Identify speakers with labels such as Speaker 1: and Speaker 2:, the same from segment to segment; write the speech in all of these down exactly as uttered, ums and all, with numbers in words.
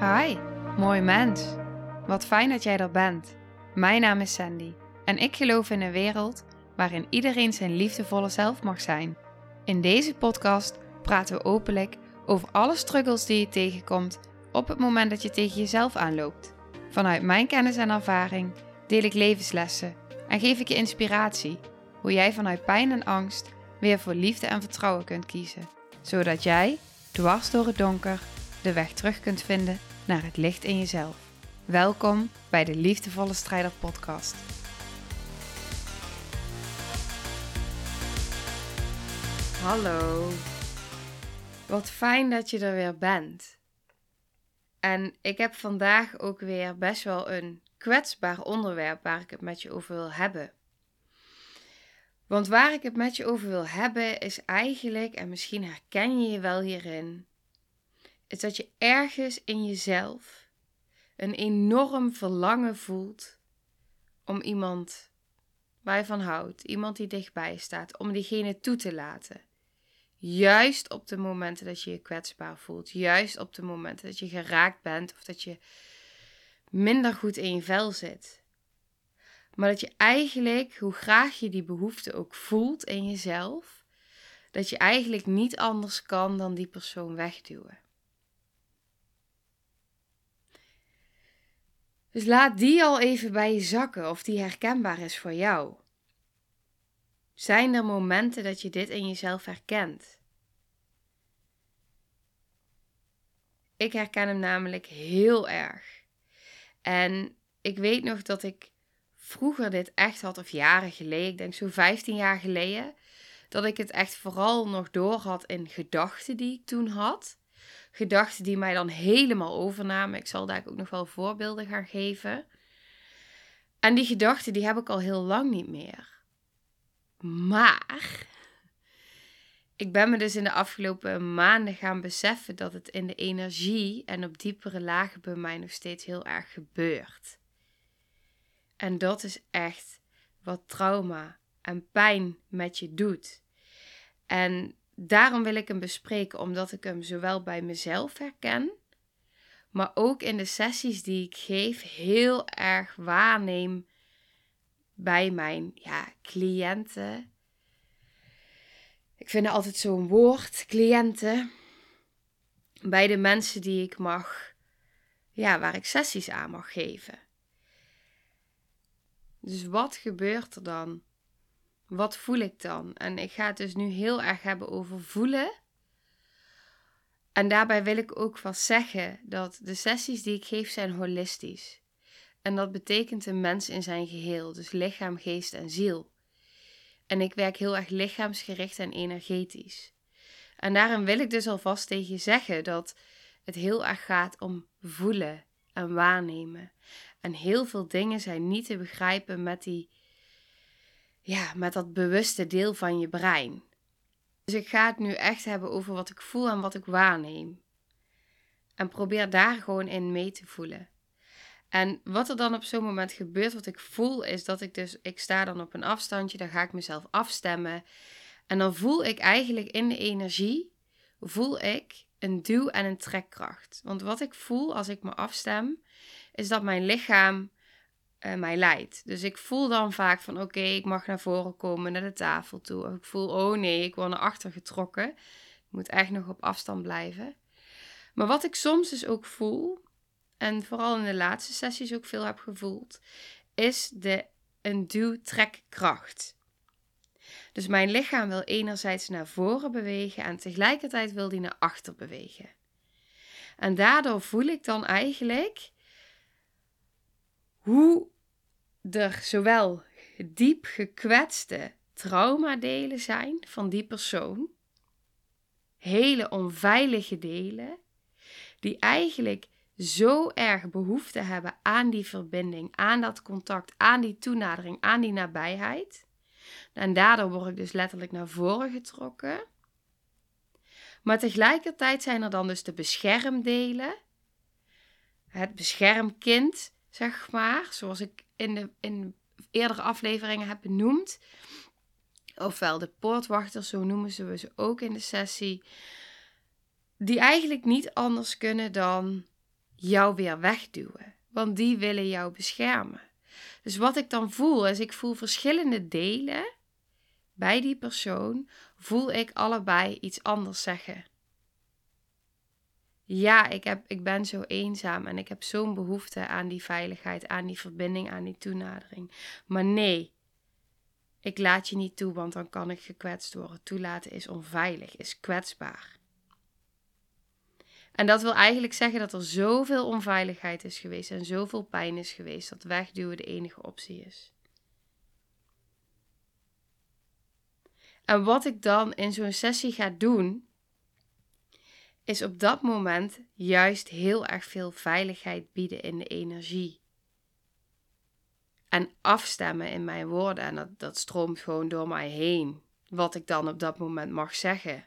Speaker 1: Hi, mooi mens. Wat fijn dat jij er bent. Mijn naam is Sandy en ik geloof in een wereld waarin iedereen zijn liefdevolle zelf mag zijn. In deze podcast praten we openlijk over alle struggles die je tegenkomt op het moment dat je tegen jezelf aanloopt. Vanuit mijn kennis en ervaring deel ik levenslessen en geef ik je inspiratie hoe jij vanuit pijn en angst weer voor liefde en vertrouwen kunt kiezen. Zodat jij, dwars door het donker, de weg terug kunt vinden naar het licht in jezelf. Welkom bij de Liefdevolle Strijder podcast. Hallo. Wat fijn dat je er weer bent. En ik heb vandaag ook weer best wel een kwetsbaar onderwerp waar ik het met je over wil hebben. Want waar ik het met je over wil hebben is eigenlijk, en misschien herken je je wel hierin, is dat je ergens in jezelf een enorm verlangen voelt om iemand waar je van houdt, iemand die dichtbij staat, om diegene toe te laten. Juist op de momenten dat je je kwetsbaar voelt, juist op de momenten dat je geraakt bent of dat je minder goed in je vel zit. Maar dat je eigenlijk, hoe graag je die behoefte ook voelt in jezelf, dat je eigenlijk niet anders kan dan die persoon wegduwen. Dus laat die al even bij je zakken of die herkenbaar is voor jou. Zijn er momenten dat je dit in jezelf herkent? Ik herken hem namelijk heel erg. En ik weet nog dat ik vroeger dit echt had, of jaren geleden, ik denk zo'n vijftien jaar geleden, dat ik het echt vooral nog door had in gedachten die ik toen had. Gedachten die mij dan helemaal overnamen. Ik zal daar ook nog wel voorbeelden gaan geven. En die gedachten die heb ik al heel lang niet meer. Maar ik ben me dus in de afgelopen maanden gaan beseffen dat het in de energie en op diepere lagen bij mij nog steeds heel erg gebeurt. En dat is echt wat trauma en pijn met je doet. En daarom wil ik hem bespreken, omdat ik hem zowel bij mezelf herken, maar ook in de sessies die ik geef heel erg waarneem bij mijn ja, cliënten. Ik vind het altijd zo'n woord, cliënten. Bij de mensen die ik mag, ja, waar ik sessies aan mag geven. Dus wat gebeurt er dan? Wat voel ik dan? En ik ga het dus nu heel erg hebben over voelen. En daarbij wil ik ook vast zeggen dat de sessies die ik geef zijn holistisch. En dat betekent een mens in zijn geheel, dus lichaam, geest en ziel. En ik werk heel erg lichaamsgericht en energetisch. En daarin wil ik dus alvast tegen je zeggen dat het heel erg gaat om voelen en waarnemen. En heel veel dingen zijn niet te begrijpen met die, ja, met dat bewuste deel van je brein. Dus ik ga het nu echt hebben over wat ik voel en wat ik waarneem. En probeer daar gewoon in mee te voelen. En wat er dan op zo'n moment gebeurt, wat ik voel, is dat ik dus, ik sta dan op een afstandje, dan ga ik mezelf afstemmen. En dan voel ik eigenlijk in de energie, voel ik een duw en een trekkracht. Want wat ik voel als ik me afstem, is dat mijn lichaam uh, mij leidt. Dus ik voel dan vaak van oké, okay, ik mag naar voren komen, naar de tafel toe. Of ik voel, oh nee, ik word naar achter getrokken. Ik moet echt nog op afstand blijven. Maar wat ik soms dus ook voel, en vooral in de laatste sessies ook veel heb gevoeld, is de een duw-trekkracht. Dus mijn lichaam wil enerzijds naar voren bewegen en tegelijkertijd wil die naar achter bewegen. En daardoor voel ik dan eigenlijk hoe er zowel diep gekwetste traumadelen zijn van die persoon, hele onveilige delen, die eigenlijk zo erg behoefte hebben aan die verbinding, aan dat contact, aan die toenadering, aan die nabijheid. En daardoor word ik dus letterlijk naar voren getrokken. Maar tegelijkertijd zijn er dan dus de beschermdelen, het beschermkind, zeg maar, zoals ik in de in eerdere afleveringen heb benoemd. Ofwel de poortwachters, zo noemen ze we ze ook in de sessie. Die eigenlijk niet anders kunnen dan jou weer wegduwen. Want die willen jou beschermen. Dus wat ik dan voel is, ik voel verschillende delen bij die persoon, voel ik allebei iets anders zeggen. Ja, ik, heb, ik ben zo eenzaam en ik heb zo'n behoefte aan die veiligheid, aan die verbinding, aan die toenadering. Maar nee, ik laat je niet toe, want dan kan ik gekwetst worden. Toelaten is onveilig, is kwetsbaar. En dat wil eigenlijk zeggen dat er zoveel onveiligheid is geweest en zoveel pijn is geweest, dat wegduwen de enige optie is. En wat ik dan in zo'n sessie ga doen, is op dat moment juist heel erg veel veiligheid bieden in de energie. En afstemmen in mijn woorden. En dat, dat stroomt gewoon door mij heen. Wat ik dan op dat moment mag zeggen.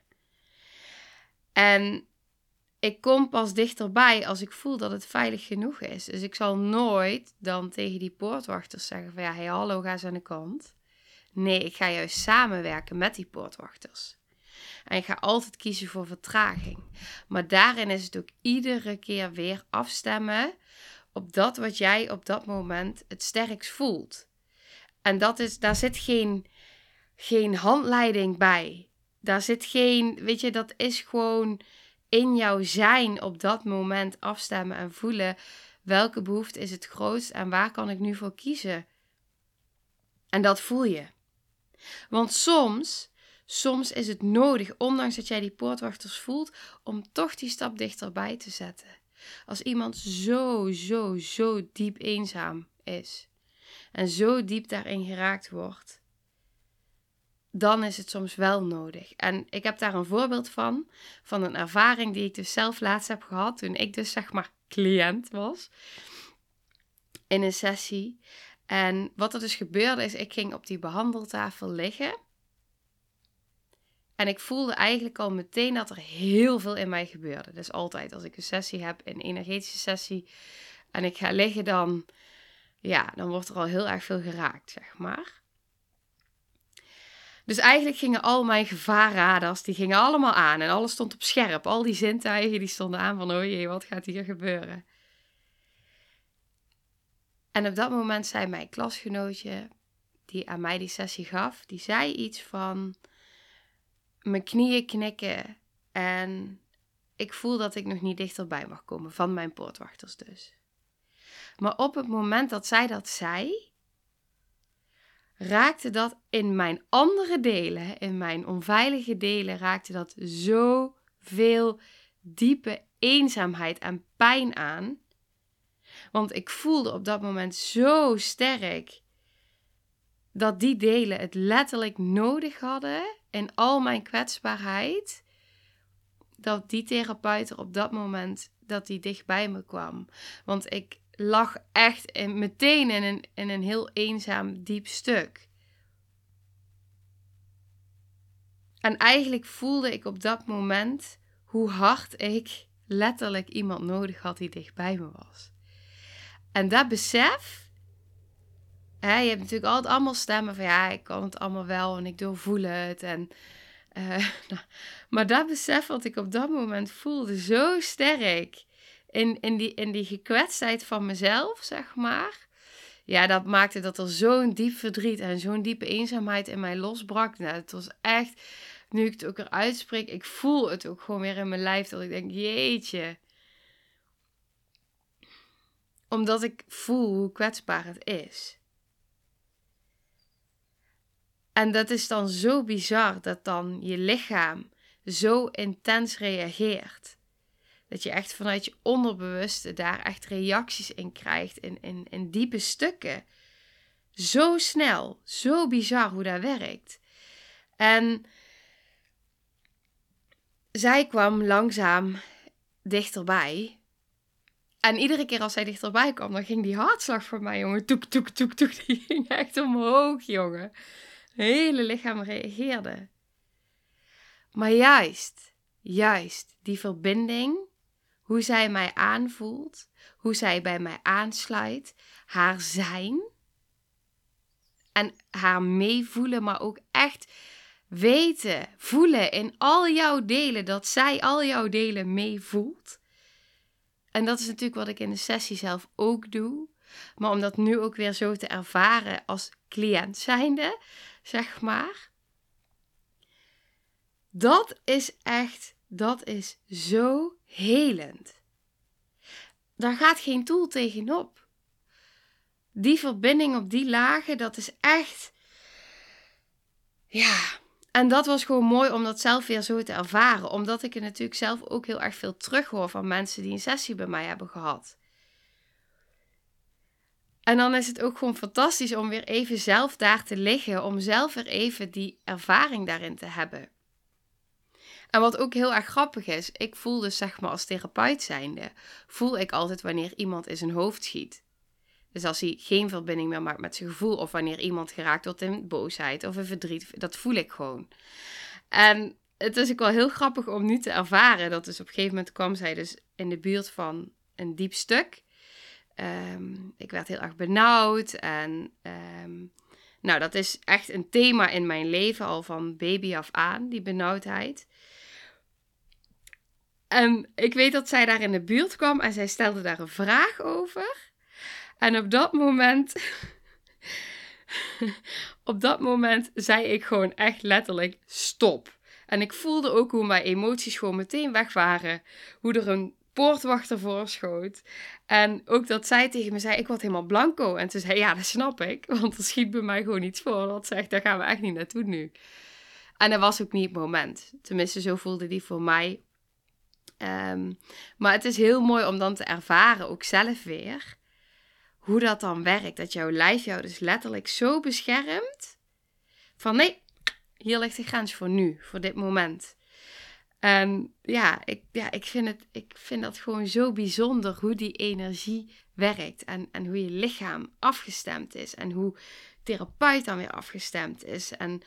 Speaker 1: En ik kom pas dichterbij als ik voel dat het veilig genoeg is. Dus ik zal nooit dan tegen die poortwachters zeggen van ja, hey, hallo, ga eens aan de kant. Nee, ik ga juist samenwerken met die poortwachters. En ik ga altijd kiezen voor vertraging. Maar daarin is het ook iedere keer weer afstemmen op dat wat jij op dat moment het sterkst voelt. En dat is, daar zit geen, geen handleiding bij. Daar zit geen, weet je, dat is gewoon in jouw zijn op dat moment afstemmen en voelen welke behoefte is het grootst en waar kan ik nu voor kiezen. En dat voel je. Want soms, soms is het nodig, ondanks dat jij die poortwachters voelt, om toch die stap dichterbij te zetten. Als iemand zo, zo, zo diep eenzaam is en zo diep daarin geraakt wordt, dan is het soms wel nodig. En ik heb daar een voorbeeld van, van een ervaring die ik dus zelf laatst heb gehad, toen ik dus zeg maar cliënt was, in een sessie. En wat er dus gebeurde is, ik ging op die behandeltafel liggen. En ik voelde eigenlijk al meteen dat er heel veel in mij gebeurde. Dus altijd als ik een sessie heb, een energetische sessie, en ik ga liggen, dan, ja, dan wordt er al heel erg veel geraakt, zeg maar. Dus eigenlijk gingen al mijn gevaarradars, die gingen allemaal aan. En alles stond op scherp. Al die zintuigen, die stonden aan van, oh jee, wat gaat hier gebeuren? En op dat moment zei mijn klasgenootje, die aan mij die sessie gaf, die zei iets van, mijn knieën knikken en ik voel dat ik nog niet dichterbij mag komen, van mijn poortwachters dus. Maar op het moment dat zij dat zei, raakte dat in mijn andere delen, in mijn onveilige delen, raakte dat zoveel diepe eenzaamheid en pijn aan. Want ik voelde op dat moment zo sterk dat die delen het letterlijk nodig hadden in al mijn kwetsbaarheid. Dat die therapeut er op dat moment, dat die dichtbij me kwam. Want ik lag echt in, meteen in een, in een heel eenzaam, diep stuk. En eigenlijk voelde ik op dat moment hoe hard ik letterlijk iemand nodig had die dichtbij me was. En dat besef, hè, je hebt natuurlijk altijd allemaal stemmen van ja, ik kan het allemaal wel en ik doorvoel het. En, uh, nou, maar dat besef wat ik op dat moment voelde, zo sterk in, in, die, in die gekwetstheid van mezelf, zeg maar. Ja, dat maakte dat er zo'n diep verdriet en zo'n diepe eenzaamheid in mij losbrak. Nou, het was echt, nu ik het ook eruit spreek, ik voel het ook gewoon weer in mijn lijf, dat ik denk, jeetje. Omdat ik voel hoe kwetsbaar het is. En dat is dan zo bizar dat dan je lichaam zo intens reageert. Dat je echt vanuit je onderbewuste daar echt reacties in krijgt in, in, in diepe stukken. Zo snel, zo bizar hoe dat werkt. En zij kwam langzaam dichterbij. En iedere keer als zij dichterbij kwam, dan ging die hartslag voor mij, jongen, toek, toek, toek, toek. Die ging echt omhoog, jongen. Mijn hele lichaam reageerde. Maar juist, juist die verbinding, hoe zij mij aanvoelt, hoe zij bij mij aansluit, haar zijn en haar meevoelen, maar ook echt weten, voelen in al jouw delen, dat zij al jouw delen meevoelt. En dat is natuurlijk wat ik in de sessie zelf ook doe. Maar om dat nu ook weer zo te ervaren als cliënt zijnde, zeg maar. Dat is echt, dat is zo helend. Daar gaat geen tool tegenop. Die verbinding op die lagen, dat is echt... Ja, en dat was gewoon mooi om dat zelf weer zo te ervaren. Omdat ik het natuurlijk zelf ook heel erg veel terughoor van mensen die een sessie bij mij hebben gehad. En dan is het ook gewoon fantastisch om weer even zelf daar te liggen. Om zelf weer even die ervaring daarin te hebben. En wat ook heel erg grappig is. Ik voel dus zeg maar als therapeut zijnde. Voel ik altijd wanneer iemand in zijn hoofd schiet. Dus als hij geen verbinding meer maakt met zijn gevoel. Of wanneer iemand geraakt wordt in boosheid of in verdriet. Dat voel ik gewoon. En het is ook wel heel grappig om nu te ervaren. Dat dus op een gegeven moment kwam zij dus in de buurt van een diep stuk. Um, ik werd heel erg benauwd. En um, nou, dat is echt een thema in mijn leven. Al van baby af aan, die benauwdheid. En ik weet dat zij daar in de buurt kwam. En zij stelde daar een vraag over. En op dat moment, op dat moment zei ik gewoon echt letterlijk stop. En ik voelde ook hoe mijn emoties gewoon meteen weg waren. Hoe er een poortwachter voor schoot. En ook dat zij tegen me zei, ik word helemaal blanco. En ze zei, ja, dat snap ik. Want er schiet bij mij gewoon iets voor. Dat zegt, daar gaan we echt niet naartoe nu. En dat was ook niet het moment. Tenminste, zo voelde die voor mij. Um, maar het is heel mooi om dan te ervaren, ook zelf weer... hoe dat dan werkt. Dat jouw lijf jou dus letterlijk zo beschermt. Van nee, hier ligt de grens voor nu. Voor dit moment. En ja, ik, ja ik, vind het, ik vind dat gewoon zo bijzonder. Hoe die energie werkt. En, en hoe je lichaam afgestemd is. En hoe therapeut dan weer afgestemd is. En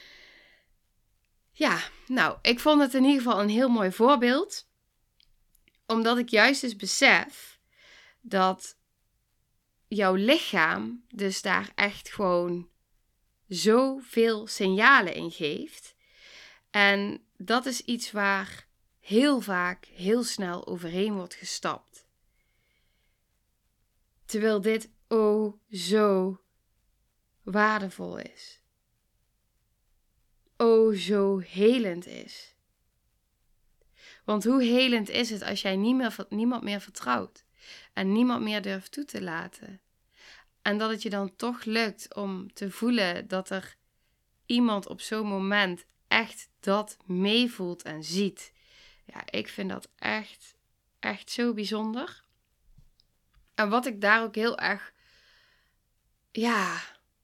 Speaker 1: ja, nou, ik vond het in ieder geval een heel mooi voorbeeld. Omdat ik juist dus besef dat jouw lichaam dus daar echt gewoon zoveel signalen in geeft. En dat is iets waar heel vaak heel snel overheen wordt gestapt. Terwijl dit oh zo waardevol is. Oh zo helend is. Want hoe helend is het als jij niet meer, niemand meer vertrouwt. En niemand meer durft toe te laten. En dat het je dan toch lukt om te voelen dat er iemand op zo'n moment echt dat meevoelt en ziet. Ja, ik vind dat echt, echt zo bijzonder. En wat ik daar ook heel erg, ja,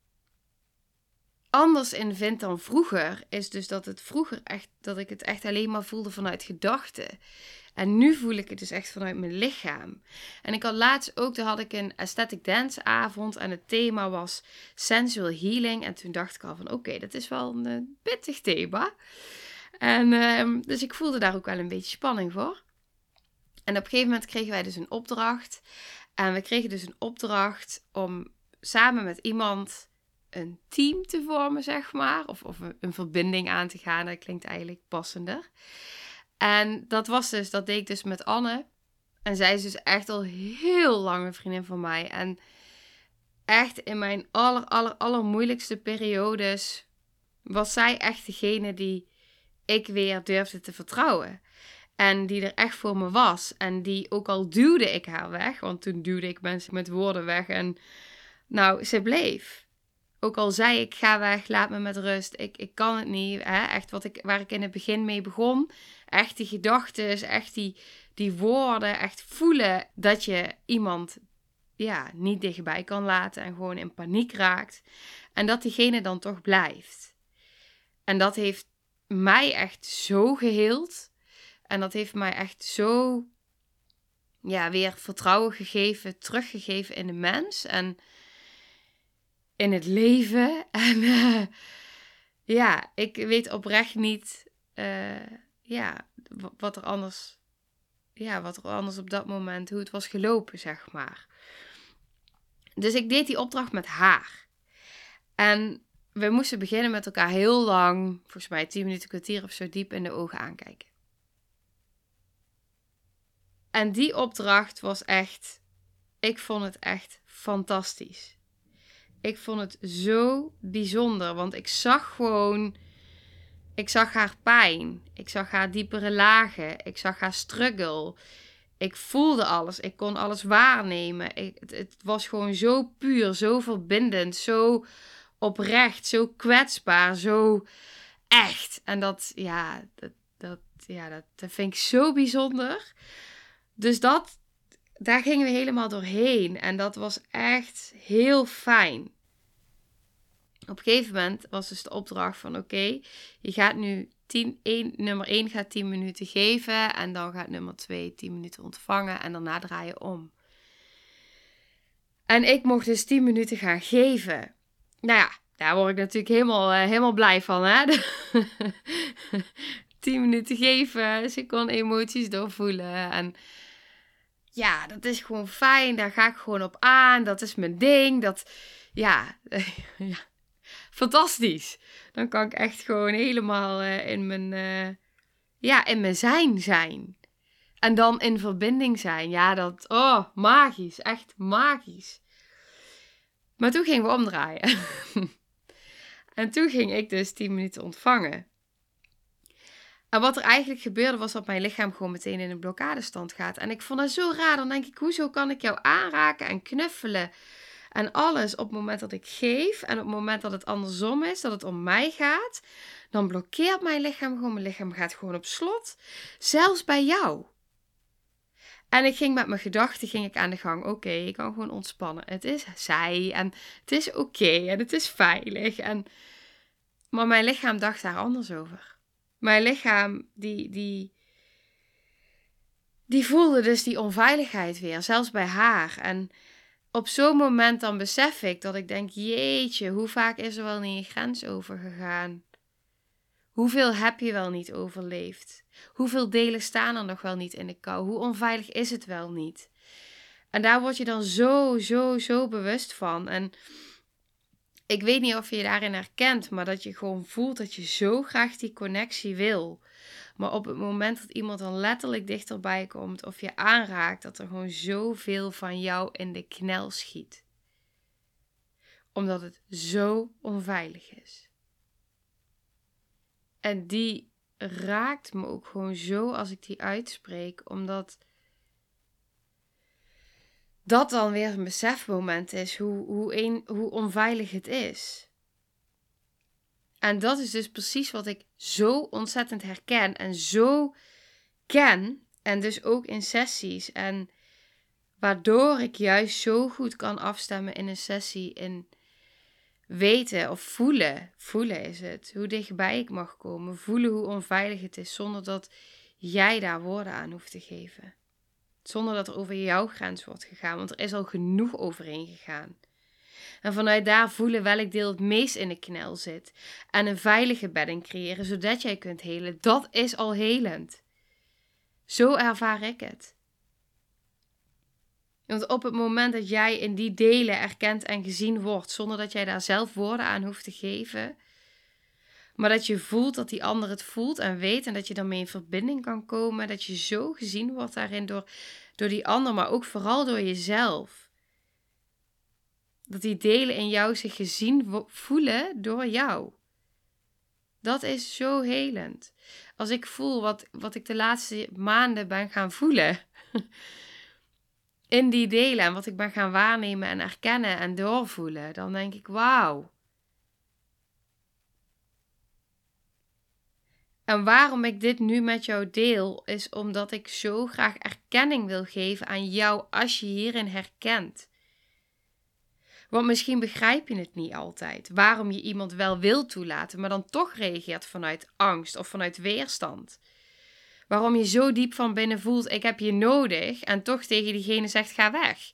Speaker 1: anders in vind dan vroeger, is dus dat het vroeger echt, dat ik het echt alleen maar voelde vanuit gedachten. En nu voel ik het dus echt vanuit mijn lichaam. En ik had laatst ook, daar had ik een aesthetic dance avond en het thema was sensual healing. En toen dacht ik al van oké, okay, dat is wel een uh, pittig thema. En uh, dus ik voelde daar ook wel een beetje spanning voor. En op een gegeven moment kregen wij dus een opdracht. En we kregen dus een opdracht om samen met iemand een team te vormen, zeg maar. Of, of een, een verbinding aan te gaan. Dat klinkt eigenlijk passender. En dat was dus, dat deed ik dus met Anne. En zij is dus echt al heel lang een vriendin van mij. En echt in mijn aller, aller, aller moeilijkste periodes was zij echt degene die ik weer durfde te vertrouwen. En die er echt voor me was. En die, ook al duwde ik haar weg, want toen duwde ik mensen met woorden weg. En nou, ze bleef. Ook al zei ik, ga weg, laat me met rust. Ik, ik kan het niet. Hè? Echt wat ik, waar ik in het begin mee begon. Echt die gedachten, echt die, die woorden. Echt voelen dat je iemand ja, niet dichtbij kan laten. En gewoon in paniek raakt. En dat diegene dan toch blijft. En dat heeft mij echt zo geheeld. En dat heeft mij echt zo ja, weer vertrouwen gegeven. Teruggegeven in de mens. En in het leven. En uh, ja, ik weet oprecht niet uh, ja, wat er anders ja, wat er anders op dat moment, hoe het was gelopen, zeg maar. Dus ik deed die opdracht met haar. En we moesten beginnen met elkaar heel lang, volgens mij tien minuten, kwartier of zo, diep in de ogen aankijken. En die opdracht was echt, ik vond het echt fantastisch. Ik vond het zo bijzonder, want ik zag gewoon, ik zag haar pijn. Ik zag haar diepere lagen. Ik zag haar struggle. Ik voelde alles. Ik kon alles waarnemen. Ik, het, het was gewoon zo puur, zo verbindend, zo oprecht, zo kwetsbaar, zo echt. En dat, ja, dat, dat, ja, dat, dat vind ik zo bijzonder. Dus dat, daar gingen we helemaal doorheen. En dat was echt heel fijn. Op een gegeven moment was dus de opdracht van oké, okay, je gaat nu tien, één, nummer één gaat tien minuten geven en dan gaat nummer twee tien minuten ontvangen en daarna draai je om. En ik mocht dus tien minuten gaan geven. Nou ja, daar word ik natuurlijk helemaal, uh, helemaal blij van. Hè? tien minuten geven, dus ik kon emoties doorvoelen en ja, dat is gewoon fijn, daar ga ik gewoon op aan, dat is mijn ding, dat, ja, ja. Fantastisch. Dan kan ik echt gewoon helemaal uh, in mijn, uh, ja, in mijn zijn zijn. En dan in verbinding zijn. Ja, dat, oh, magisch. Echt magisch. Maar toen gingen we omdraaien. En toen ging ik dus tien minuten ontvangen. En wat er eigenlijk gebeurde was dat mijn lichaam gewoon meteen in een blokkadestand gaat. En ik vond dat zo raar. Dan denk ik, hoezo kan ik jou aanraken en knuffelen? En alles op het moment dat ik geef en op het moment dat het andersom is, dat het om mij gaat, dan blokkeert mijn lichaam gewoon. Mijn lichaam gaat gewoon op slot. Zelfs bij jou. En ik ging met mijn gedachten ging ik aan de gang. Oké, okay, ik kan gewoon ontspannen. Het is zij en het is oké okay, en het is veilig. En... Maar mijn lichaam dacht daar anders over. Mijn lichaam die, die, die voelde dus die onveiligheid weer. Zelfs bij haar. En op zo'n moment dan besef ik dat ik denk, jeetje, hoe vaak is er wel niet een grens overgegaan? Hoeveel heb je wel niet overleefd? Hoeveel delen staan er nog wel niet in de kou? Hoe onveilig is het wel niet? En daar word je dan zo, zo, zo bewust van. En ik weet niet of je je daarin herkent, maar dat je gewoon voelt dat je zo graag die connectie wil. Maar op het moment dat iemand dan letterlijk dichterbij komt of je aanraakt, dat er gewoon zoveel van jou in de knel schiet. Omdat het zo onveilig is. En die raakt me ook gewoon zo als ik die uitspreek, omdat dat dan weer een besefmoment is hoe, hoe, een, hoe onveilig het is. En dat is dus precies wat ik zo ontzettend herken en zo ken. En dus ook in sessies. En waardoor ik juist zo goed kan afstemmen in een sessie. In weten of voelen. Voelen is het. Hoe dichtbij ik mag komen. Voelen hoe onveilig het is. Zonder dat jij daar woorden aan hoeft te geven. Zonder dat er over jouw grens wordt gegaan. Want er is al genoeg overheen gegaan. En vanuit daar voelen welk deel het meest in de knel zit. En een veilige bedding creëren, zodat jij kunt helen. Dat is al helend. Zo ervaar ik het. Want op het moment dat jij in die delen erkend en gezien wordt, zonder dat jij daar zelf woorden aan hoeft te geven, maar dat je voelt dat die ander het voelt en weet en dat je daarmee in verbinding kan komen, dat je zo gezien wordt daarin door, door die ander, maar ook vooral door jezelf. Dat die delen in jou zich gezien voelen door jou. Dat is zo helend. Als ik voel wat, wat ik de laatste maanden ben gaan voelen. In die delen. En wat ik ben gaan waarnemen en erkennen en doorvoelen. Dan denk ik, wauw. En waarom ik dit nu met jou deel. Is omdat ik zo graag erkenning wil geven aan jou. Als je hierin herkent. Want misschien begrijp je het niet altijd. Waarom je iemand wel wil toelaten, maar dan toch reageert vanuit angst of vanuit weerstand. Waarom je zo diep van binnen voelt, ik heb je nodig, en toch tegen diegene zegt, ga weg.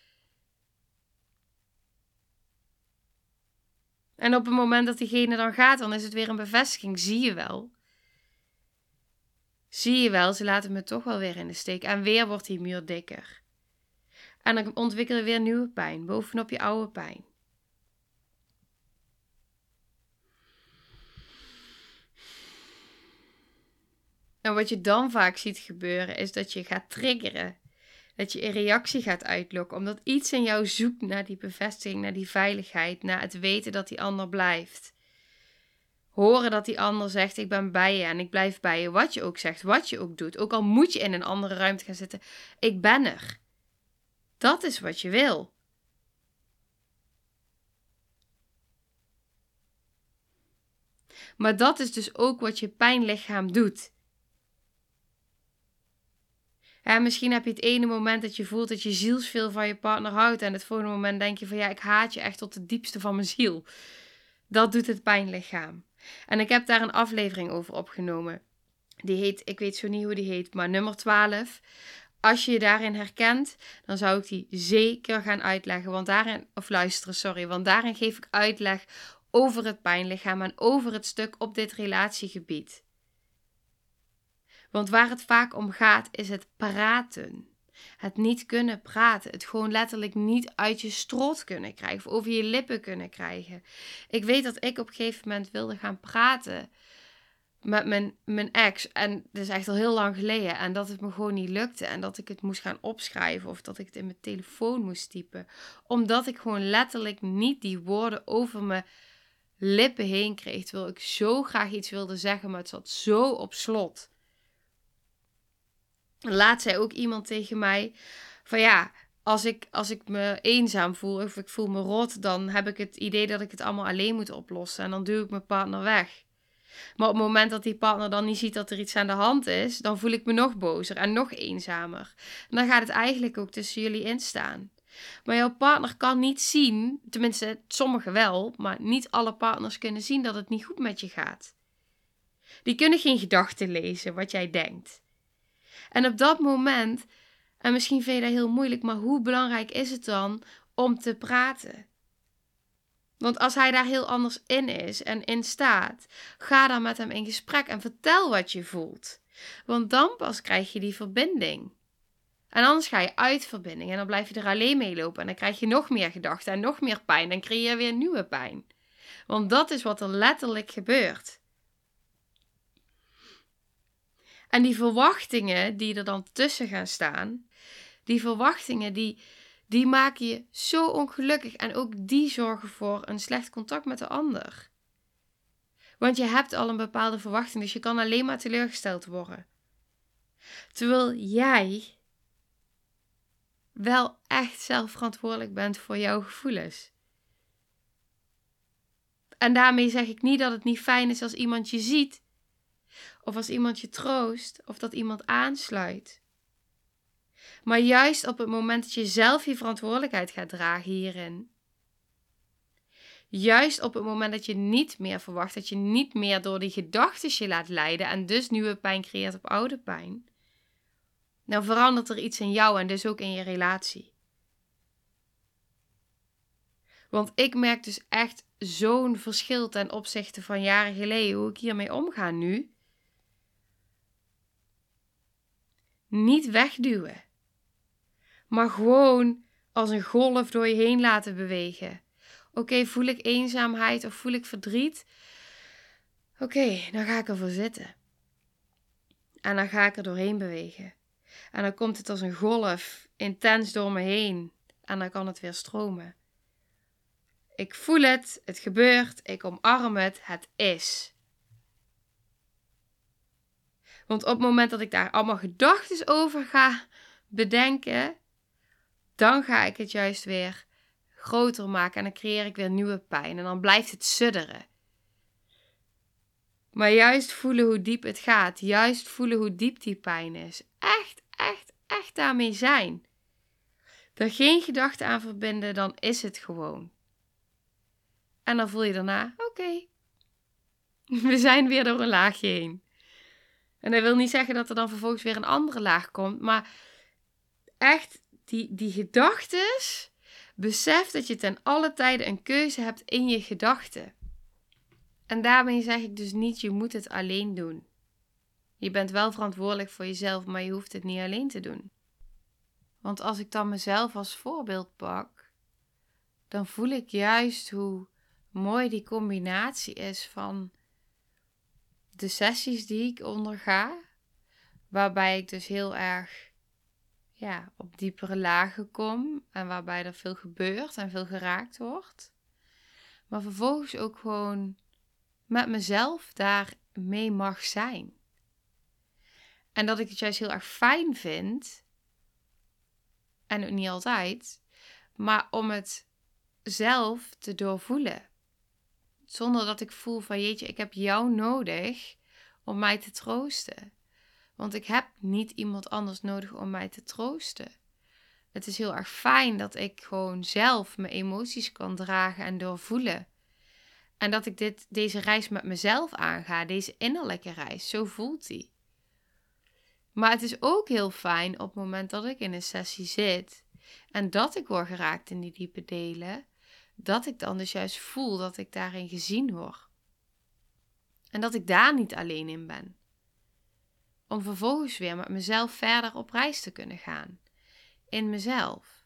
Speaker 1: En op het moment dat diegene dan gaat, dan is het weer een bevestiging. Zie je wel. Zie je wel, ze laten me toch wel weer in de steek. En weer wordt die muur dikker. En dan ontwikkel je weer nieuwe pijn, bovenop je oude pijn. En wat je dan vaak ziet gebeuren is dat je gaat triggeren. Dat je een reactie gaat uitlokken. Omdat iets in jou zoekt naar die bevestiging, naar die veiligheid. Naar het weten dat die ander blijft. Horen dat die ander zegt, ik ben bij je en ik blijf bij je. Wat je ook zegt, wat je ook doet. Ook al moet je in een andere ruimte gaan zitten. Ik ben er. Dat is wat je wil. Maar dat is dus ook wat je pijnlichaam doet. Ja, misschien heb je het ene moment dat je voelt dat je zielsveel van je partner houdt. En het volgende moment denk je van ja, ik haat je echt tot het diepste van mijn ziel. Dat doet het pijnlichaam. En ik heb daar een aflevering over opgenomen. Die heet, ik weet zo niet hoe die heet, maar nummer twaalf. Als je je daarin herkent, dan zou ik die zeker gaan uitleggen. Want daarin, of luisteren, sorry. Want daarin geef ik uitleg over het pijnlichaam en over het stuk op dit relatiegebied. Want waar het vaak om gaat, is het praten. Het niet kunnen praten. Het gewoon letterlijk niet uit je strot kunnen krijgen. Of over je lippen kunnen krijgen. Ik weet dat ik op een gegeven moment wilde gaan praten met mijn, mijn ex. En dat is echt al heel lang geleden. En dat het me gewoon niet lukte. En dat ik het moest gaan opschrijven. Of dat ik het in mijn telefoon moest typen. Omdat ik gewoon letterlijk niet die woorden over mijn lippen heen kreeg. Terwijl ik zo graag iets wilde zeggen. Maar het zat zo op slot. Laat zei ook iemand tegen mij van ja, als ik, als ik me eenzaam voel of ik voel me rot, dan heb ik het idee dat ik het allemaal alleen moet oplossen. En dan duw ik mijn partner weg. Maar op het moment dat die partner dan niet ziet dat er iets aan de hand is, dan voel ik me nog bozer en nog eenzamer. En dan gaat het eigenlijk ook tussen jullie instaan. Maar jouw partner kan niet zien, tenminste sommigen wel, maar niet alle partners kunnen zien dat het niet goed met je gaat. Die kunnen geen gedachten lezen wat jij denkt. En op dat moment, en misschien vind je dat heel moeilijk, maar hoe belangrijk is het dan om te praten? Want als hij daar heel anders in is en in staat, ga dan met hem in gesprek en vertel wat je voelt. Want dan pas krijg je die verbinding. En anders ga je uit verbinding en dan blijf je er alleen mee lopen. En dan krijg je nog meer gedachten en nog meer pijn en creëer je weer nieuwe pijn. Want dat is wat er letterlijk gebeurt. En die verwachtingen die er dan tussen gaan staan, die verwachtingen die, die maken je zo ongelukkig. En ook die zorgen voor een slecht contact met de ander. Want je hebt al een bepaalde verwachting, dus je kan alleen maar teleurgesteld worden. Terwijl jij wel echt zelf verantwoordelijk bent voor jouw gevoelens. En daarmee zeg ik niet dat het niet fijn is als iemand je ziet. Of als iemand je troost, of dat iemand aansluit. Maar juist op het moment dat je zelf je verantwoordelijkheid gaat dragen hierin. Juist op het moment dat je niet meer verwacht, dat je niet meer door die gedachten je laat leiden en dus nieuwe pijn creëert op oude pijn. Dan verandert er iets in jou en dus ook in je relatie. Want ik merk dus echt zo'n verschil ten opzichte van jaren geleden, hoe ik hiermee omga nu. Niet wegduwen. Maar gewoon als een golf door je heen laten bewegen. Oké, okay, voel ik eenzaamheid of voel ik verdriet? Oké, okay, dan ga ik ervoor zitten. En dan ga ik er doorheen bewegen. En dan komt het als een golf intens door me heen. En dan kan het weer stromen. Ik voel het, het gebeurt, ik omarm het, het is. Want op het moment dat ik daar allemaal gedachten over ga bedenken, dan ga ik het juist weer groter maken en dan creëer ik weer nieuwe pijn en dan blijft het sudderen. Maar juist voelen hoe diep het gaat, juist voelen hoe diep die pijn is. Echt, echt, echt daarmee zijn. Er geen gedachte aan verbinden, dan is het gewoon. En dan voel je daarna, oké, okay, we zijn weer door een laagje heen. En dat wil niet zeggen dat er dan vervolgens weer een andere laag komt, maar echt die, die gedachtes, besef dat je ten alle tijde een keuze hebt in je gedachten. En daarmee zeg ik dus niet, je moet het alleen doen. Je bent wel verantwoordelijk voor jezelf, maar je hoeft het niet alleen te doen. Want als ik dan mezelf als voorbeeld pak, dan voel ik juist hoe mooi die combinatie is van de sessies die ik onderga, Waarbij ik dus heel erg ja, op diepere lagen kom. En waarbij er veel gebeurt en veel geraakt wordt. Maar vervolgens ook gewoon met mezelf daar mee mag zijn. En dat ik het juist heel erg fijn vind. En ook niet altijd. Maar om het zelf te doorvoelen. Zonder dat ik voel van jeetje, ik heb jou nodig om mij te troosten. Want ik heb niet iemand anders nodig om mij te troosten. Het is heel erg fijn dat ik gewoon zelf mijn emoties kan dragen en doorvoelen. En dat ik dit, deze reis met mezelf aanga, deze innerlijke reis, zo voelt die. Maar het is ook heel fijn op het moment dat ik in een sessie zit en dat ik word geraakt in die diepe delen, dat ik dan dus juist voel dat ik daarin gezien word. En dat ik daar niet alleen in ben. Om vervolgens weer met mezelf verder op reis te kunnen gaan. In mezelf.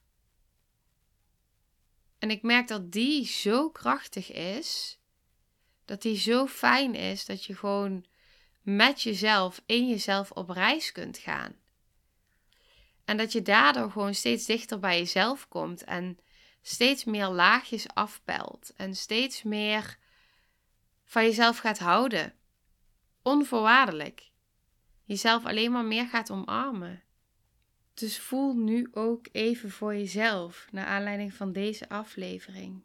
Speaker 1: En ik merk dat die zo krachtig is. Dat die zo fijn is dat je gewoon met jezelf, in jezelf op reis kunt gaan. En dat je daardoor gewoon steeds dichter bij jezelf komt. En steeds meer laagjes afpelt. En steeds meer van jezelf gaat houden. Onvoorwaardelijk. Jezelf alleen maar meer gaat omarmen. Dus voel nu ook even voor jezelf, naar aanleiding van deze aflevering.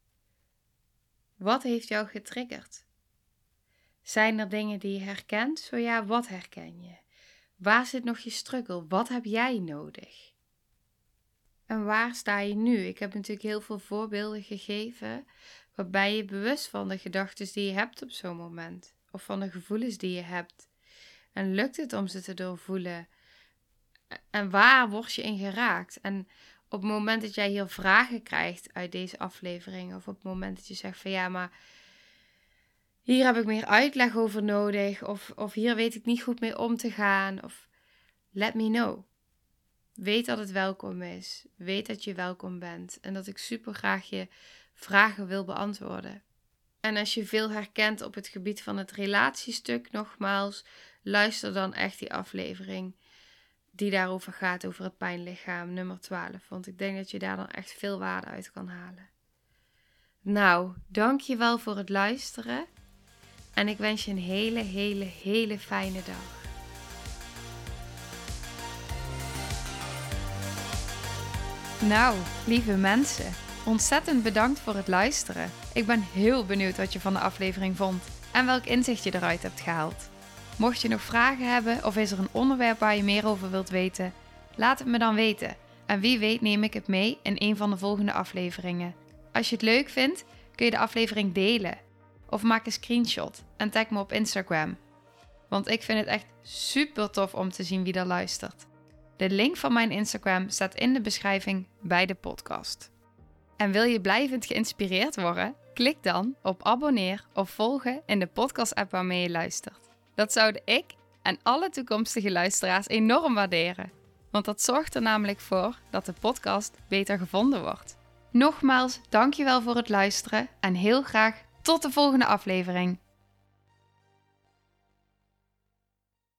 Speaker 1: Wat heeft jou getriggerd? Zijn er dingen die je herkent? Zo ja, wat herken je? Waar zit nog je struggle? Wat heb jij nodig? En waar sta je nu? Ik heb natuurlijk heel veel voorbeelden gegeven, waarbij je bewust van de gedachten die je hebt op zo'n moment. Of van de gevoelens die je hebt. En lukt het om ze te doorvoelen? En waar word je in geraakt? En op het moment dat jij hier vragen krijgt uit deze aflevering, of op het moment dat je zegt van ja, maar hier heb ik meer uitleg over nodig, of, of hier weet ik niet goed mee om te gaan, of let me know. Weet dat het welkom is. Weet dat je welkom bent. En dat ik super graag je vragen wil beantwoorden. En als je veel herkent op het gebied van het relatiestuk, nogmaals, luister dan echt die aflevering die daarover gaat, over het pijnlichaam, nummer twaalf. Want ik denk dat je daar dan echt veel waarde uit kan halen. Nou, dankjewel voor het luisteren. En ik wens je een hele, hele, hele fijne dag. Nou, lieve mensen, ontzettend bedankt voor het luisteren. Ik ben heel benieuwd wat je van de aflevering vond en welk inzicht je eruit hebt gehaald. Mocht je nog vragen hebben of is er een onderwerp waar je meer over wilt weten, laat het me dan weten. En wie weet neem ik het mee in een van de volgende afleveringen. Als je het leuk vindt, kun je de aflevering delen. Of maak een screenshot en tag me op Instagram. Want ik vind het echt super tof om te zien wie er luistert. De link van mijn Instagram staat in de beschrijving bij de podcast. En wil je blijvend geïnspireerd worden? Klik dan op abonneer of volgen in de podcast-app waarmee je luistert. Dat zouden ik en alle toekomstige luisteraars enorm waarderen. Want dat zorgt er namelijk voor dat de podcast beter gevonden wordt. Nogmaals, dankjewel voor het luisteren en heel graag tot de volgende aflevering.